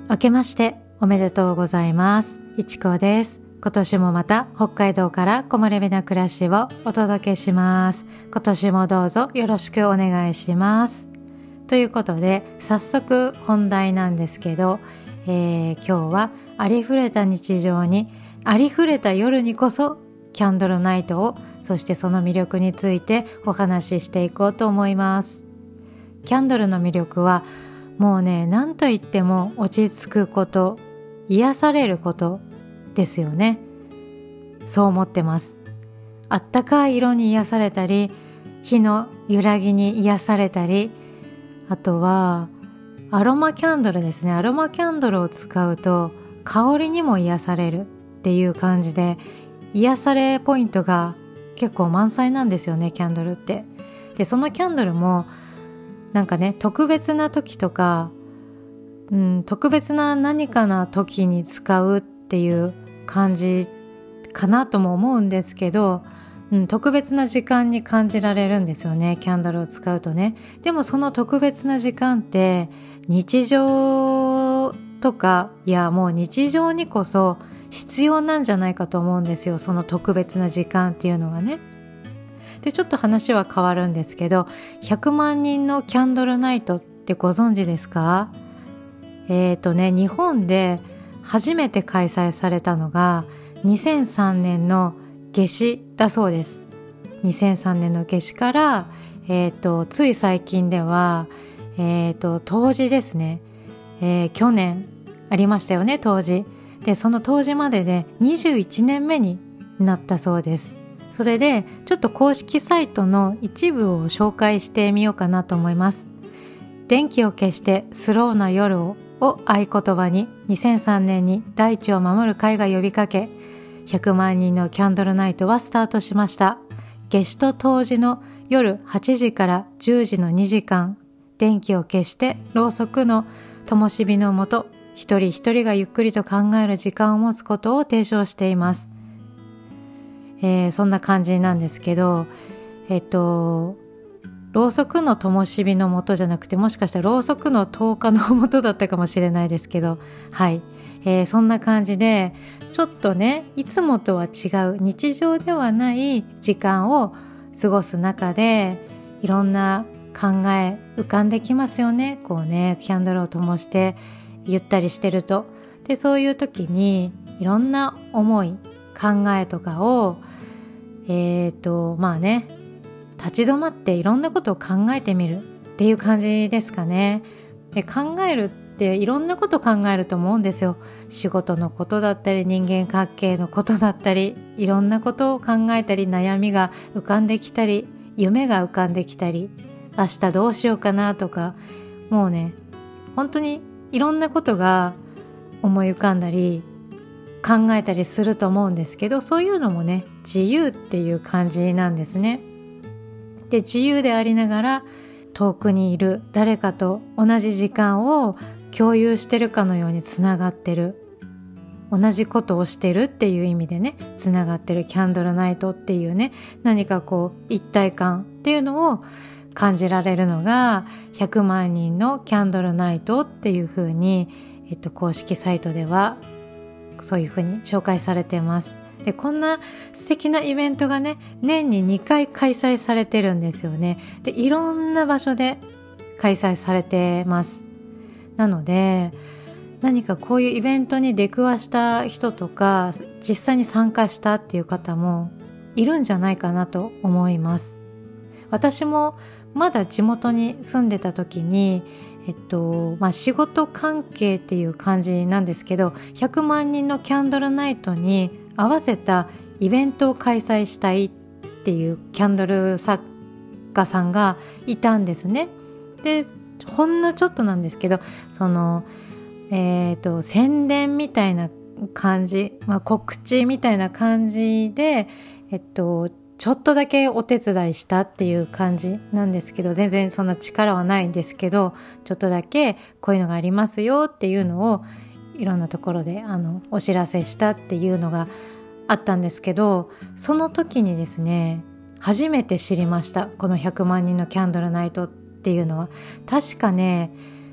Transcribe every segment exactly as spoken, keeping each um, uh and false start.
明けましておめでとうございます。いちこです。今年もまた北海道から木漏れ日な暮らしをお届けします。今年もどうぞよろしくお願いします。ということで早速本題なんですけど、えー、今日はありふれた日常にありふれた夜にこそキャンドルナイトを、そしてその魅力についてお話ししていこうと思います。キャンドルの魅力はもうね、何と言っても落ち着くこと、癒されることですよね。そう思ってます。あったかい色に癒されたり、火の揺らぎに癒されたり、あとはアロマキャンドルですね。アロマキャンドルを使うと香りにも癒されるっていう感じで、癒されポイントが結構満載なんですよね、キャンドルって。で、そのキャンドルもなんかね、特別な時とか、うん、特別な何かな時に使うっていう感じかなとも思うんですけど、うん、特別な時間に感じられるんですよね、キャンドルを使うとね。でもその特別な時間って日常とか、いやもう日常にこそ必要なんじゃないかと思うんですよ、その特別な時間っていうのがね。で、ちょっと話は変わるんですけど、ひゃくまん人のキャンドルナイトってご存知ですか？えーとね、日本で初めて開催されたのがにせんさんねんの夏至だそうです。にせんさんねんの夏至から、えーと、つい最近では、えーと、冬至ですね。えー、去年ありましたよね、冬至。で、その冬至まででにじゅういちねんめになったそうです。それでちょっと公式サイトの一部を紹介してみようかなと思います。電気を消してスローな夜をを合言葉ににせんさんねんに大地を守る会が呼びかけ、ひゃくまん人のキャンドルナイトはスタートしました。夏至と冬至の夜はちじからじゅうじのにじかん、電気を消してろうそくの灯火のもと、一人一人がゆっくりと考える時間を持つことを提唱しています。えー、そんな感じなんですけど、えっとろうそくの灯火の元じゃなくて、もしかしたらろうそくの灯火の元だったかもしれないですけど、はい、えー、そんな感じでちょっとね、いつもとは違う日常ではない時間を過ごす中で、いろんな考え浮かんできますよね。こうね、キャンドルを灯してゆったりしてると。で、そういう時にいろんな思い考えとかをえーとまあね立ち止まっていろんなことを考えてみるっていう感じですかね。で、考えるっていろんなことを考えると思うんですよ。仕事のことだったり、人間関係のことだったり、いろんなことを考えたり、悩みが浮かんできたり、夢が浮かんできたり、明日どうしようかなとか、もうね本当にいろんなことが思い浮かんだり考えたりすると思うんですけど、そういうのもね、自由っていう感じなんですね。で、自由でありながら遠くにいる誰かと同じ時間を共有してるかのようにつながってる、同じことをしてるっていう意味でね、つながってるキャンドルナイトっていうね、何かこう一体感っていうのを感じられるのがひゃくまん人のキャンドルナイトっていう風に、えっと、公式サイトではそういう風に紹介されています。で、こんな素敵なイベントがね、年ににかい開催されてるんですよね。で、いろんな場所で開催されてます。なので、何かこういうイベントに出くわした人とか、実際に参加したっていう方もいるんじゃないかなと思います。私もまだ地元に住んでた時に、えっとまあ、仕事関係っていう感じなんですけど、ひゃくまん人のキャンドルナイトに合わせたイベントを開催したいっていうキャンドル作家さんがいたんですね。で、ほんのちょっとなんですけど、その、えーと、宣伝みたいな感じ、まあ、告知みたいな感じで、えっとちょっとだけお手伝いしたっていう感じなんですけど、全然そんな力はないんですけど、ちょっとだけこういうのがありますよっていうのをいろんなところであのお知らせしたっていうのがあったんですけど、その時にですね、初めて知りました。このひゃくまん人のキャンドルナイトっていうのは確かね、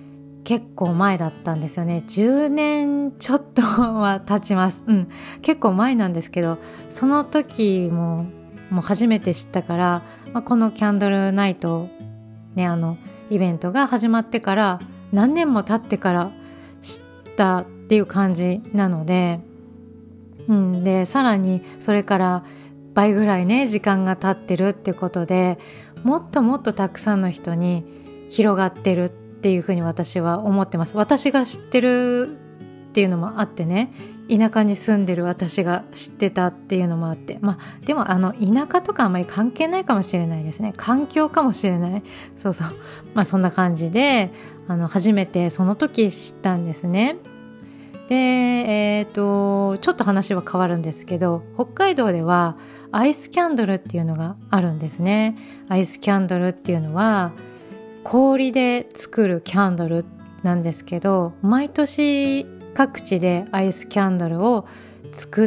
結構前だったんですよね。じゅうねんちょっとは経ちます。うん、結構前なんですけど、その時ももう初めて知ったから、まあ、このキャンドルナイトね、あのイベントが始まってから何年も経ってから知ったっていう感じなので、うん、でさらにそれから倍ぐらいね時間が経ってるってことで、もっともっとたくさんの人に広がってるっていうふうに私は思ってます。私が知ってるっていうのもあってね、田舎に住んでる私が知ってたっていうのもあって、まあでもあの田舎とかあんまり関係ないかもしれないですね。環境かもしれない。そうそう、まあそんな感じであの初めてその時知ったんですね。でえーとちょっと話は変わるんですけど、北海道ではアイスキャンドルっていうのがあるんですね。アイスキャンドルっていうのは氷で作るキャンドルなんですけど、毎年各地でアイスキャンドルを作って、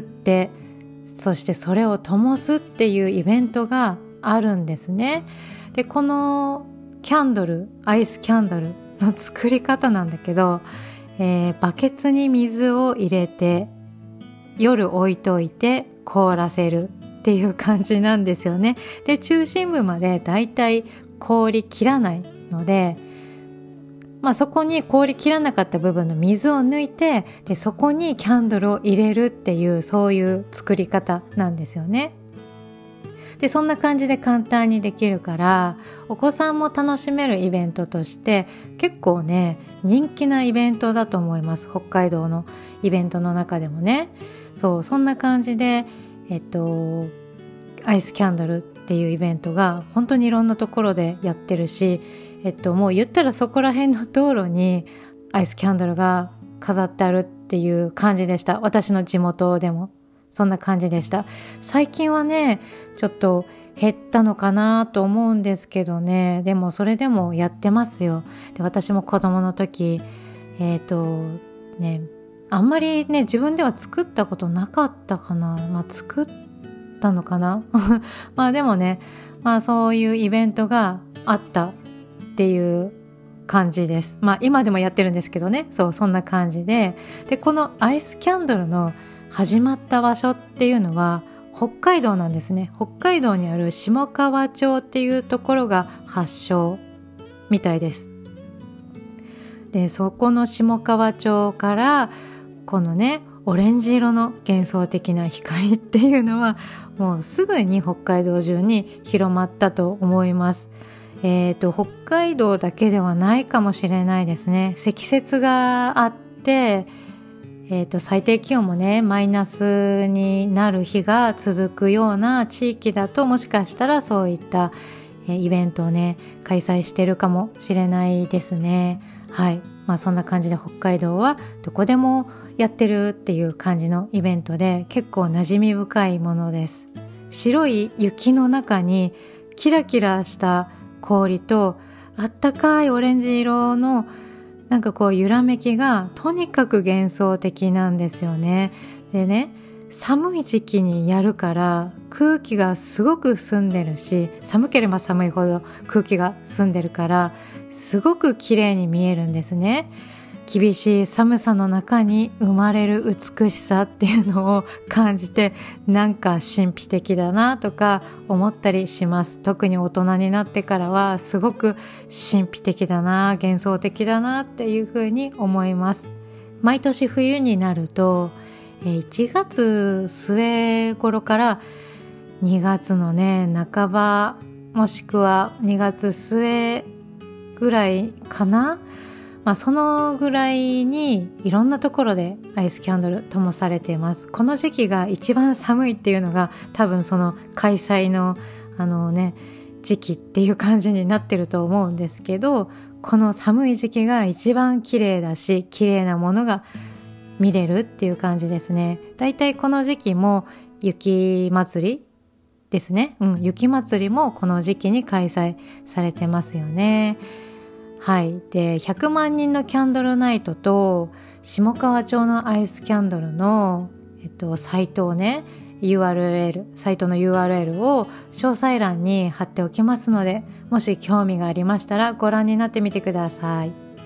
そしてそれを灯すっていうイベントがあるんですね。でこのキャンドル、アイスキャンドルの作り方なんだけど、えー、バケツに水を入れて夜置いといて凍らせるっていう感じなんですよね。で中心部までだいたい氷切らないので、まあ、そこに氷切らなかった部分の水を抜いて、でそこにキャンドルを入れるっていう、そういう作り方なんですよね。でそんな感じで簡単にできるから、お子さんも楽しめるイベントとして結構ね人気なイベントだと思います。北海道のイベントの中でもね。そうそんな感じでえっとアイスキャンドルっていうイベントが本当にいろんなところでやってるし、えっともう言ったらそこら辺の道路にアイスキャンドルが飾ってあるっていう感じでした。私の地元でもそんな感じでした。最近はねちょっと減ったのかなと思うんですけどね、でもそれでもやってますよ。で私も子供の時えっとねあんまりね自分では作ったことなかったかな、まあ作ったのかなまあでもね、まあそういうイベントがあったっていう感じです。まあ今でもやってるんですけどね。そうそんな感じで、でこのアイスキャンドルの始まった場所っていうのは北海道なんですね。北海道にある下川町っていうところが発祥みたいです。でそこの下川町からこのねオレンジ色の幻想的な光っていうのはもうすぐに北海道中に広まったと思います。えーと、北海道だけではないかもしれないですね。積雪があってえーと、最低気温もねマイナスになる日が続くような地域だと、もしかしたらそういった、えー、イベントをね開催してるかもしれないですね。はい、まあそんな感じで北海道はどこでもやってるっていう感じのイベントで結構馴染み深いものです。白い雪の中にキラキラした氷とあったかいオレンジ色のなんかこう揺らめきがとにかく幻想的なんですよね。でね、寒い時期にやるから空気がすごく澄んでるし、寒ければ寒いほど空気が澄んでるからすごく綺麗に見えるんですね。厳しい寒さの中に生まれる美しさっていうのを感じて、なんか神秘的だなとか思ったりします。特に大人になってからはすごく神秘的だな、幻想的だなっていうふうに思います。毎年冬になるといちがつ末頃からにがつのね半ば、もしくはにがつ末ぐらいかな、まあ、そのぐらいにいろんなところでアイスキャンドル灯されています。この時期が一番寒いっていうのが多分その開催のあのね時期っていう感じになってると思うんですけど、この寒い時期が一番綺麗だし、綺麗なものが見れるっていう感じですね。だいたいこの時期も雪祭りですね、うん、雪祭りもこの時期に開催されてますよね。はい、でひゃくまんにんのキャンドルナイトと下川町のアイスキャンドルの、えっと、サイトをね ユーアールエル サイトの ユーアールエル を詳細欄に貼っておきますので、もし興味がありましたらご覧になってみてください。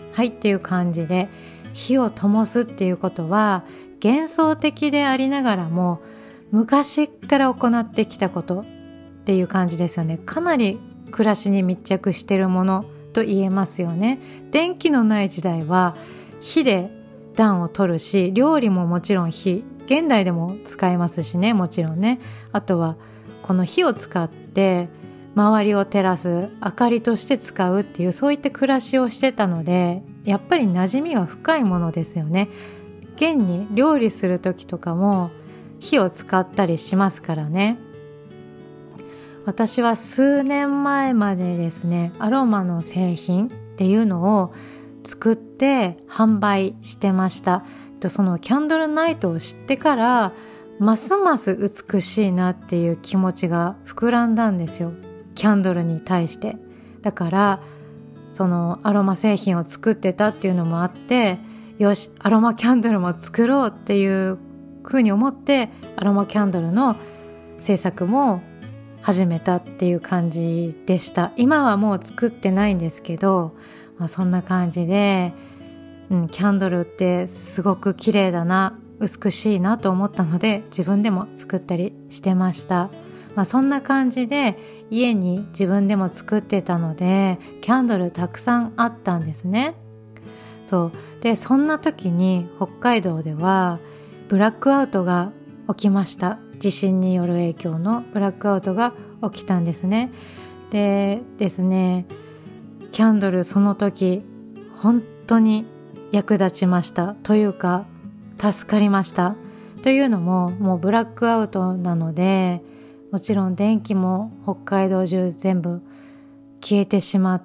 はいっていう感じで火を灯すっていうことは幻想的でありながらも昔から行ってきたことっていう感じですよね。かなり暮らしに密着しているものと言えますよね。電気のない時代は火で暖を取るし、料理ももちろん火、現代でも使えますしね、もちろんね。あとはこの火を使って周りを照らす明かりとして使うっていう、そういった暮らしをしてたので、やっぱり馴染みは深いものですよね。現に料理する時とかも火を使ったりしますからね。私は数年前までですね、アロマの製品っていうのを作って販売してました。そのキャンドルナイトを知ってからますます美しいなっていう気持ちが膨らんだんですよ、キャンドルに対して。だからそのアロマ製品を作ってたっていうのもあって、よしアロマキャンドルも作ろうっていうふうに思ってアロマキャンドルの制作も始めたっていう感じでした。今はもう作ってないんですけど、まあ、そんな感じで、うん、キャンドルってすごく綺麗だな、美しいなと思ったので自分でも作ったりしてました。まあ、そんな感じで家に自分でも作ってたのでキャンドルたくさんあったんですね。そうで、そんな時に北海道ではブラックアウトが起きました。地震による影響のブラックアウトが起きたんですね。でですね、キャンドルその時本当に役立ちましたというか助かりました。というのももうブラックアウトなので、もちろん電気も北海道中全部消えてしまって、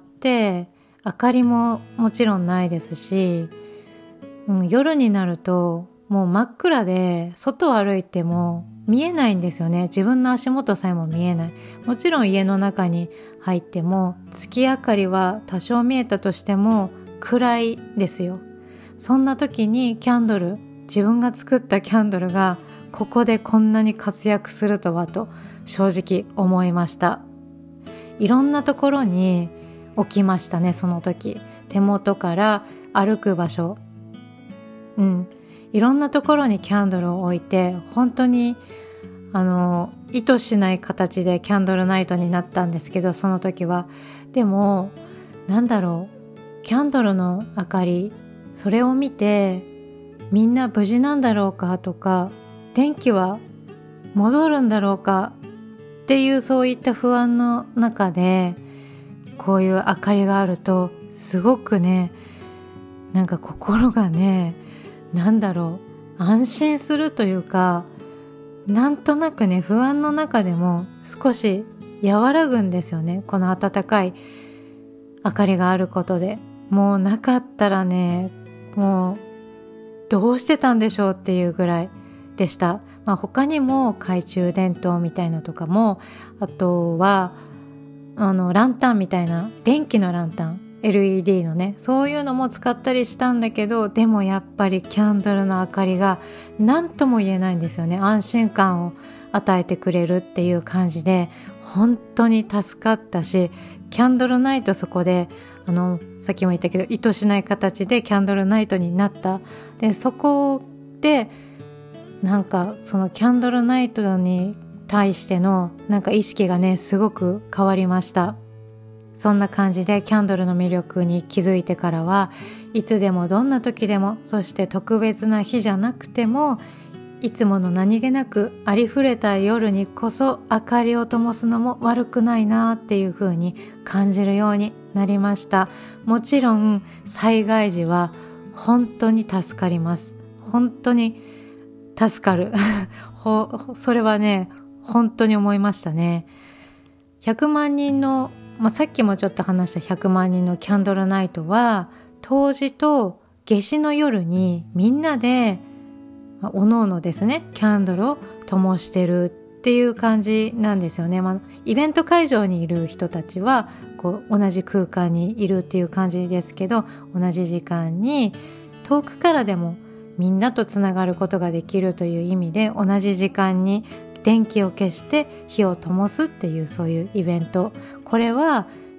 明かりももちろんないですし、うん、夜になるともう真っ暗で外を歩いても見えないんですよね。自分の足元さえも見えない。もちろん家の中に入っても月明かりは多少見えたとしても暗いですよ。そんな時にキャンドル、自分が作ったキャンドルがここでこんなに活躍するとはと正直思いました。いろんなところに置きましたね。その時手元から歩く場所、うんいろんなところにキャンドルを置いて、本当にあの意図しない形でキャンドルナイトになったんですけど、その時はでもなんだろう、キャンドルの明かり、それを見てみんな無事なんだろうかとか、電気は戻るんだろうかっていう、そういった不安の中でこういう明かりがあるとすごくね、なんか心がね、なんだろう、安心するというか、なんとなくね、不安の中でも少し和らぐんですよね。この温かい明かりがあることで。もうなかったらね、もうどうしてたんでしょうっていうぐらいでした。まあ、他にも懐中電灯みたいのとかも、あとはあのランタンみたいな電気のランタン、エルイーディー のね、そういうのも使ったりしたんだけど、でもやっぱりキャンドルの明かりが何とも言えないんですよね。安心感を与えてくれるっていう感じで本当に助かったし、キャンドルナイト、そこであのさっきも言ったけど意図しない形でキャンドルナイトになった。でそこでなんかそのキャンドルナイトに対してのなんか意識がね、すごく変わりました。そんな感じでキャンドルの魅力に気づいてからは、いつでもどんな時でも、そして特別な日じゃなくても、いつもの何気なくありふれた夜にこそ明かりを灯すのも悪くないなっていう風に感じるようになりました。もちろん災害時は本当に助かります。本当に助かるほそれはね、本当に思いましたね。ひゃくまんにんの、まあ、さっきもちょっと話したひゃくまんにんのキャンドルナイトは、冬至と夏至の夜にみんなでおのおのですね、キャンドルを灯してるっていう感じなんですよね。まあ、イベント会場にいる人たちはこう同じ空間にいるっていう感じですけど、同じ時間に遠くからでもみんなとつながることができるという意味で、同じ時間に電気を消して火を灯すっていう、そういうイベント、これは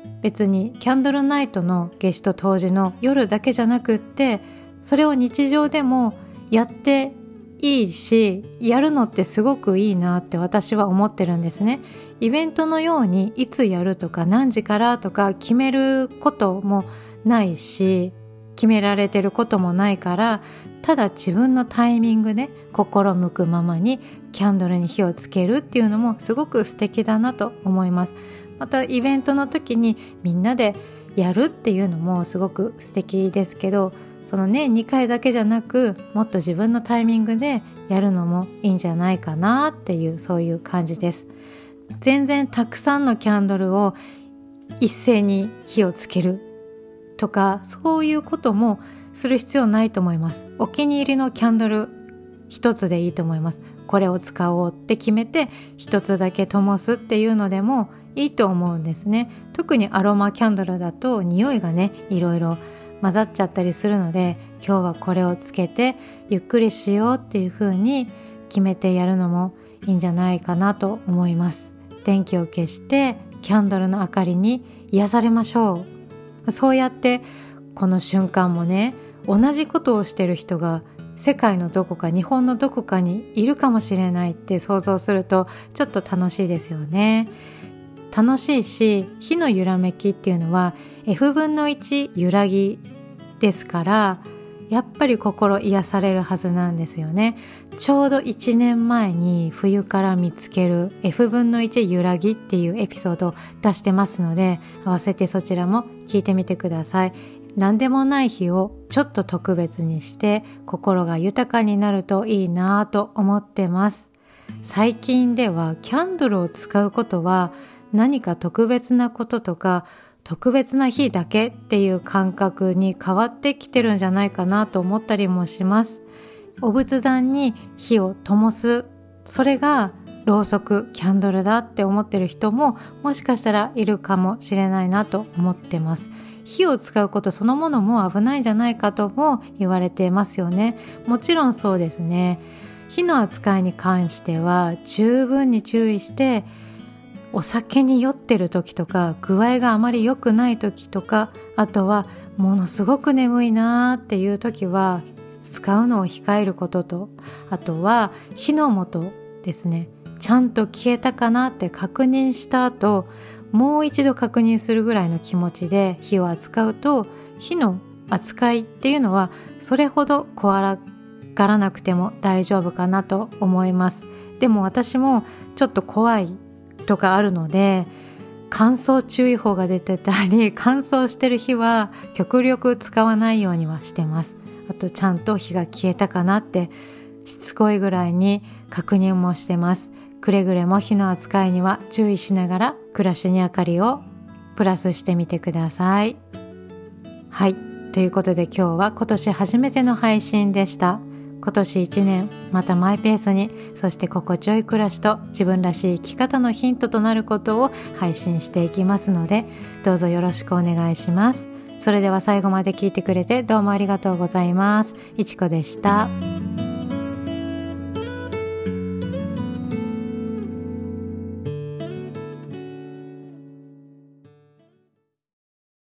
別にキャンドルナイトの夏至と冬至の夜だけじゃなくって、それを日常でもやっていいし、やるのってすごくいいなって私は思ってるんですね。イベントのようにいつやるとか何時からとか決めることもないし、決められてることもないから、ただ自分のタイミングで心向くままにキャンドルに火をつけるっていうのもすごく素敵だなと思います。またイベントの時にみんなでやるっていうのもすごく素敵ですけど、そのねにかいだけじゃなく、もっと自分のタイミングでやるのもいいんじゃないかなっていう、そういう感じです。全然たくさんのキャンドルを一斉に火をつけるとか、そういうこともする必要ないと思います。お気に入りのキャンドル一つでいいと思います。これを使おうって決めて一つだけ灯すっていうのでもいいと思うんですね。特にアロマキャンドルだと匂いがねいろいろ混ざっちゃったりするので、今日はこれをつけてゆっくりしようっていう風に決めてやるのもいいんじゃないかなと思います。電気を消してキャンドルの明かりに癒されましょう。そうやってこの瞬間もね、同じことをしてる人が世界のどこか、日本のどこかにいるかもしれないって想像するとちょっと楽しいですよね。楽しいし、火の揺らめきっていうのは エフぶんのいち 揺らぎですから、やっぱり心癒されるはずなんですよね。ちょうどいちねんまえに冬から見つける エフぶんのいち 揺らぎっていうエピソードを出してますので、合わせてそちらも聞いてみてください。何でもない日をちょっと特別にして心が豊かになるといいなと思ってます。最近ではキャンドルを使うことは何か特別なこととか特別な日だけっていう感覚に変わってきてるんじゃないかなと思ったりもします。お仏壇に火を灯す、それがろうそく、キャンドルだって思ってる人ももしかしたらいるかもしれないなと思ってます。火を使うことそのものも危ないんじゃないかとも言われてますよね。もちろんそうですね。火の扱いに関しては十分に注意して、お酒に酔ってる時とか具合があまり良くない時とか、あとはものすごく眠いなっていう時は使うのを控えることと、あとは火の元ですね、ちゃんと消えたかなって確認した後、もう一度確認するぐらいの気持ちで火を扱うと、火の扱いっていうのはそれほど怖がらなくても大丈夫かなと思います。でも私もちょっと怖いとかあるので、乾燥注意報が出てたり、乾燥してる日は極力使わないようにはしてます。あとちゃんと火が消えたかなってしつこいぐらいに確認もしてます。くれぐれも火の扱いには注意しながら暮らしに明かりをプラスしてみてください。はい、ということで今日は今年初めての配信でした。今年いちねんまたマイペースに、そして心地よい暮らしと自分らしい生き方のヒントとなることを配信していきますので、どうぞよろしくお願いします。それでは最後まで聞いてくれてどうもありがとうございます。いちこでした。